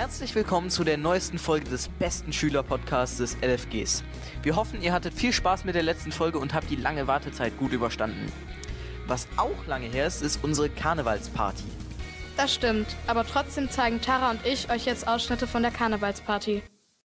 Herzlich willkommen zu der neuesten Folge des besten Schülerpodcasts des LFGs. Wir hoffen, ihr hattet viel Spaß mit der letzten Folge und habt die lange Wartezeit gut überstanden. Was auch lange her ist, ist unsere Karnevalsparty. Das stimmt, aber trotzdem zeigen Tara und ich euch jetzt Ausschnitte von der Karnevalsparty.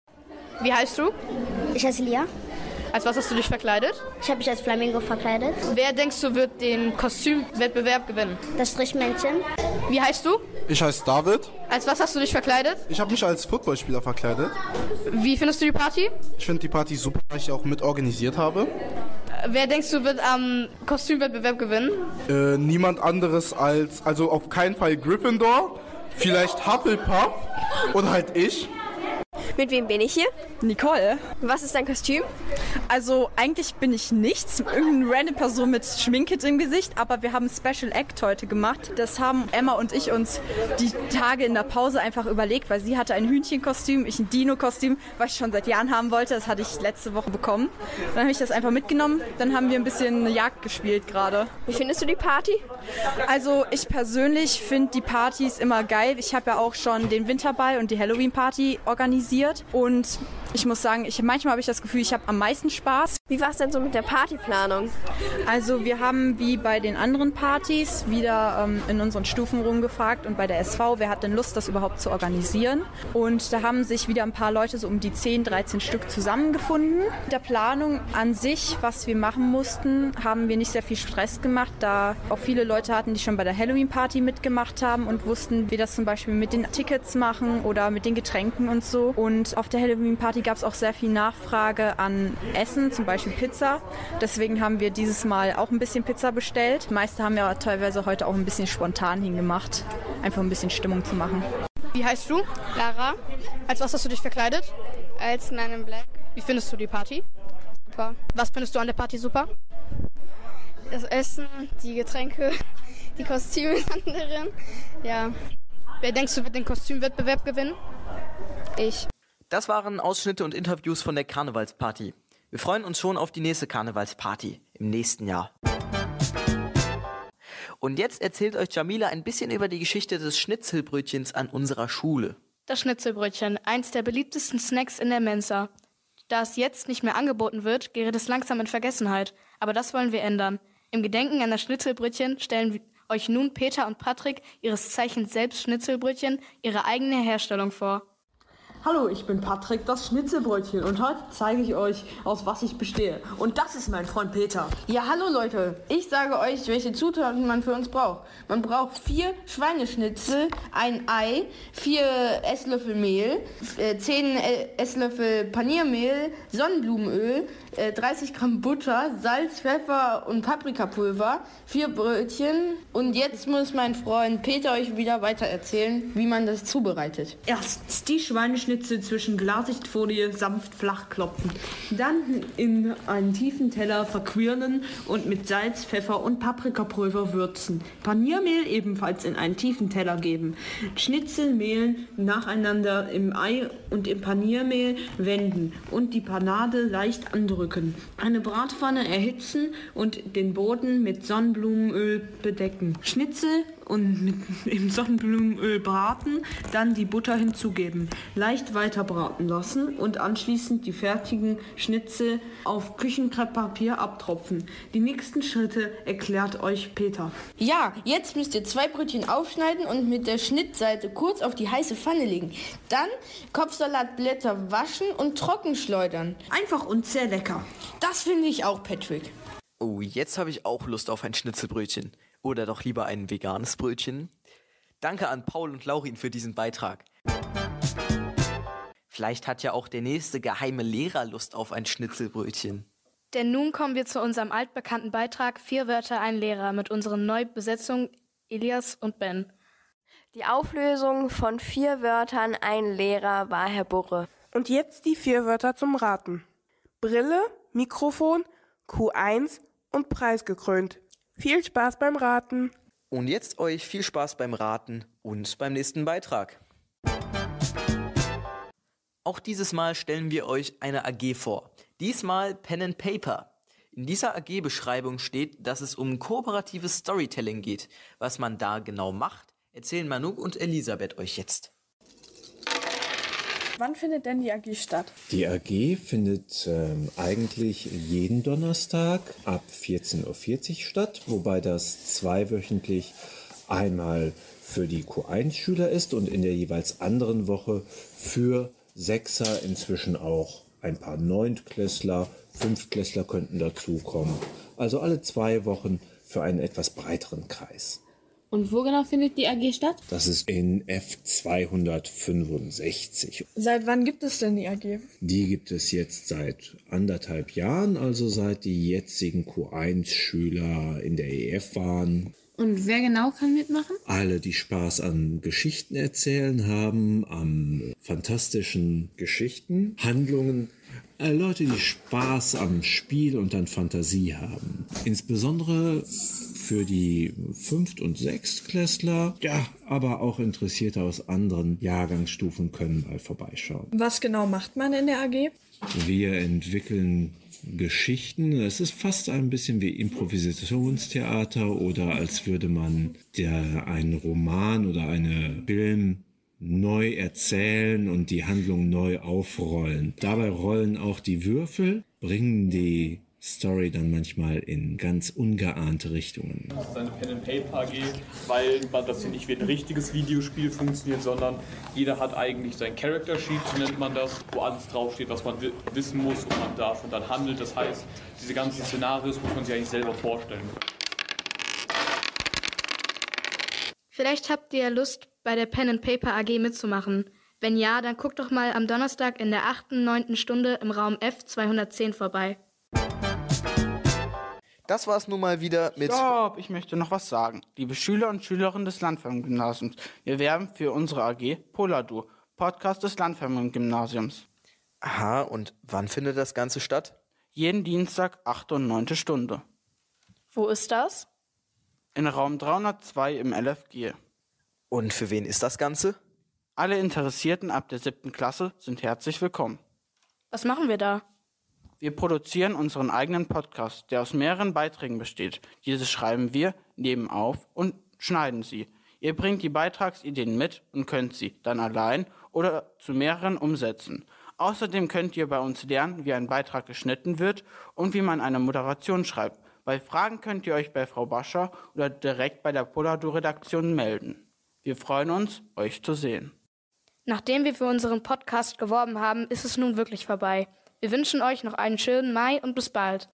Wie heißt du? Ich heiße Lia. Als was hast du dich verkleidet? Ich habe mich als Flamingo verkleidet. Wer denkst du wird den Kostümwettbewerb gewinnen? Das Strichmännchen. Wie heißt du? Ich heiße David. Als was hast du dich verkleidet? Ich habe mich als Footballspieler verkleidet. Wie findest du die Party? Ich finde die Party super, weil ich auch mit organisiert habe. Wer denkst du wird am Kostümwettbewerb gewinnen? Niemand anderes also auf keinen Fall Gryffindor, vielleicht Hufflepuff oder halt ich. Mit wem bin ich hier? Nicole. Was ist dein Kostüm? Also eigentlich bin ich nichts, irgendeine random Person mit Schminke im Gesicht, aber wir haben ein Special Act heute gemacht. Das haben Emma und ich uns die Tage in der Pause einfach überlegt, weil sie hatte ein Hühnchenkostüm, ich ein Dino-Kostüm, was ich schon seit Jahren haben wollte. Das hatte ich letzte Woche bekommen. Dann habe ich das einfach mitgenommen, dann haben wir ein bisschen Jagd gespielt gerade. Wie findest du die Party? Also ich persönlich finde die Partys immer geil. Ich habe ja auch schon den Winterball und die Halloween-Party organisiert und ich muss sagen, manchmal habe ich das Gefühl, ich habe am meisten Spaß. Wie war es denn so mit der Partyplanung? Also wir haben wie bei den anderen Partys wieder in unseren Stufen rumgefragt und bei der SV, wer hat denn Lust, das überhaupt zu organisieren? Und da haben sich wieder ein paar Leute, so um die 10, 13 Stück zusammengefunden. Mit der Planung an sich, was wir machen mussten, haben wir nicht sehr viel Stress gemacht, da auch viele Leute hatten, die schon bei der Halloween-Party mitgemacht haben und wussten, wie das zum Beispiel mit den Tickets machen oder mit den Getränken und so. Und auf der Halloween-Party gab es auch sehr viel Nachfrage an Essen, zum Beispiel Pizza. Deswegen haben wir dieses Mal auch ein bisschen Pizza bestellt. Die meisten haben ja teilweise heute auch ein bisschen spontan hingemacht, einfach ein bisschen Stimmung zu machen. Wie heißt du? Lara, Als was hast du dich verkleidet? als Man in Black. Wie findest du die Party? Super. Was findest du an der Party super? Das Essen, die Getränke, die Kostüme anderen. Ja, Wer denkst du wird den Kostümwettbewerb gewinnen? ich. Das waren Ausschnitte und Interviews von der Karnevalsparty. Wir freuen uns schon auf die nächste Karnevalsparty im nächsten Jahr. Und jetzt erzählt euch Jamila ein bisschen über die Geschichte des Schnitzelbrötchens an unserer Schule. Das Schnitzelbrötchen, eins der beliebtesten Snacks in der Mensa. Da es jetzt nicht mehr angeboten wird, gerät es langsam in Vergessenheit. Aber das wollen wir ändern. Im Gedenken an das Schnitzelbrötchen stellen euch nun Peter und Patrick, ihres Zeichens selbst Schnitzelbrötchen, ihre eigene Herstellung vor. Hallo, ich bin Patrick, das Schnitzelbrötchen, und heute zeige ich euch, aus was ich bestehe. Und das ist mein Freund Peter. Ja, hallo Leute, ich sage euch, welche Zutaten man für uns braucht. Man braucht 4 Schweineschnitzel, ein Ei, 4 Esslöffel Mehl, 10 Esslöffel Paniermehl, Sonnenblumenöl, 30 Gramm Butter, Salz, Pfeffer und Paprikapulver, 4 Brötchen. Und jetzt muss mein Freund Peter euch wieder weiter erzählen, wie man das zubereitet. Erstens die Schweineschnitzel zwischen Klarsichtfolie sanft flach klopfen. Dann in einen tiefen Teller verquirlen und mit Salz, Pfeffer und Paprikapulver würzen. Paniermehl ebenfalls in einen tiefen Teller geben. Schnitzel mehlen nacheinander im Ei und im Paniermehl wenden und die Panade leicht andrücken. Eine Bratpfanne erhitzen und den Boden mit Sonnenblumenöl bedecken. Schnitzel und im Sonnenblumenöl braten, dann die Butter hinzugeben. Leicht weiter braten lassen und anschließend die fertigen Schnitzel auf Küchenkrepppapier abtropfen. Die nächsten Schritte erklärt euch Peter. Ja, jetzt müsst ihr 2 Brötchen aufschneiden und mit der Schnittseite kurz auf die heiße Pfanne legen. Dann Kopfsalatblätter waschen und trocken schleudern. Einfach und sehr lecker. Das finde ich auch, Patrick. Oh, jetzt habe ich auch Lust auf ein Schnitzelbrötchen. Oder doch lieber ein veganes Brötchen. Danke an Paul und Laurin für diesen Beitrag. Vielleicht hat ja auch der nächste geheime Lehrer Lust auf ein Schnitzelbrötchen. Denn nun kommen wir zu unserem altbekannten Beitrag 4 Wörter, ein Lehrer mit unseren Neubesetzungen Elias und Ben. Die Auflösung von 4 Wörtern, ein Lehrer war Herr Burre. Und jetzt die 4 Wörter zum Raten. Brille, Mikrofon, Q1 und preisgekrönt. Viel Spaß beim Raten. Und jetzt euch viel Spaß beim Raten und beim nächsten Beitrag. Auch dieses Mal stellen wir euch eine AG vor. Diesmal Pen and Paper. In dieser AG-Beschreibung steht, dass es um kooperatives Storytelling geht. Was man da genau macht, erzählen Manuk und Elisabeth euch jetzt. Wann findet denn die AG statt? Die AG findet eigentlich jeden Donnerstag ab 14:40 Uhr statt, wobei das zweiwöchentlich einmal für die Q1-Schüler ist und in der jeweils anderen Woche für Sechser, inzwischen auch ein paar Neuntklässler, Fünftklässler könnten dazukommen. Also alle 2 Wochen für einen etwas breiteren Kreis. Und wo genau findet die AG statt? Das ist in F265. Seit wann gibt es denn die AG? Die gibt es jetzt seit 1,5 Jahren, also seit die jetzigen Q1-Schüler in der EF waren. Und wer genau kann mitmachen? Alle, die Spaß an Geschichten erzählen haben, an fantastischen Geschichten, Handlungen, Leute, die Spaß am Spiel und an Fantasie haben. Insbesondere für die Fünft- und Sechstklässler, ja, aber auch Interessierte aus anderen Jahrgangsstufen können mal vorbeischauen. Was genau macht man in der AG? Wir entwickeln Geschichten. Es ist fast ein bisschen wie Improvisationstheater oder als würde man einen Roman oder einen Film neu erzählen und die Handlung neu aufrollen. Dabei rollen auch die Würfel, bringen die Story dann manchmal in ganz ungeahnte Richtungen. Das ist eine Pen-and-Paper AG, weil das hier nicht wie ein richtiges Videospiel funktioniert, sondern jeder hat eigentlich sein Character Sheet, so nennt man das, wo alles draufsteht, was man wissen muss und man darf und dann handelt. Das heißt, diese ganzen Szenarios muss man sich eigentlich selber vorstellen. Vielleicht habt ihr Lust, bei der Pen and Paper AG mitzumachen. Wenn ja, dann guckt doch mal am Donnerstag in der 8., 9. Stunde im Raum F210 vorbei. Das war's nun mal wieder mit... Stopp, ich möchte noch was sagen. Liebe Schüler und Schülerinnen des Landfirmengymnasiums, wir werben für unsere AG Poladu, Podcast des Landfirmengymnasiums. Aha, und wann findet das Ganze statt? Jeden Dienstag, 8. und 9. Stunde. Wo ist das? In Raum 302 im LFG. Und für wen ist das Ganze? Alle Interessierten ab der 7. Klasse sind herzlich willkommen. Was machen wir da? Wir produzieren unseren eigenen Podcast, der aus mehreren Beiträgen besteht. Diese schreiben wir, nehmen auf und schneiden sie. Ihr bringt die Beitragsideen mit und könnt sie dann allein oder zu mehreren umsetzen. Außerdem könnt ihr bei uns lernen, wie ein Beitrag geschnitten wird und wie man eine Moderation schreibt. Bei Fragen könnt ihr euch bei Frau Bascher oder direkt bei der Poladu-Redaktion melden. Wir freuen uns, euch zu sehen. Nachdem wir für unseren Podcast geworben haben, ist es nun wirklich vorbei. Wir wünschen euch noch einen schönen Mai und bis bald.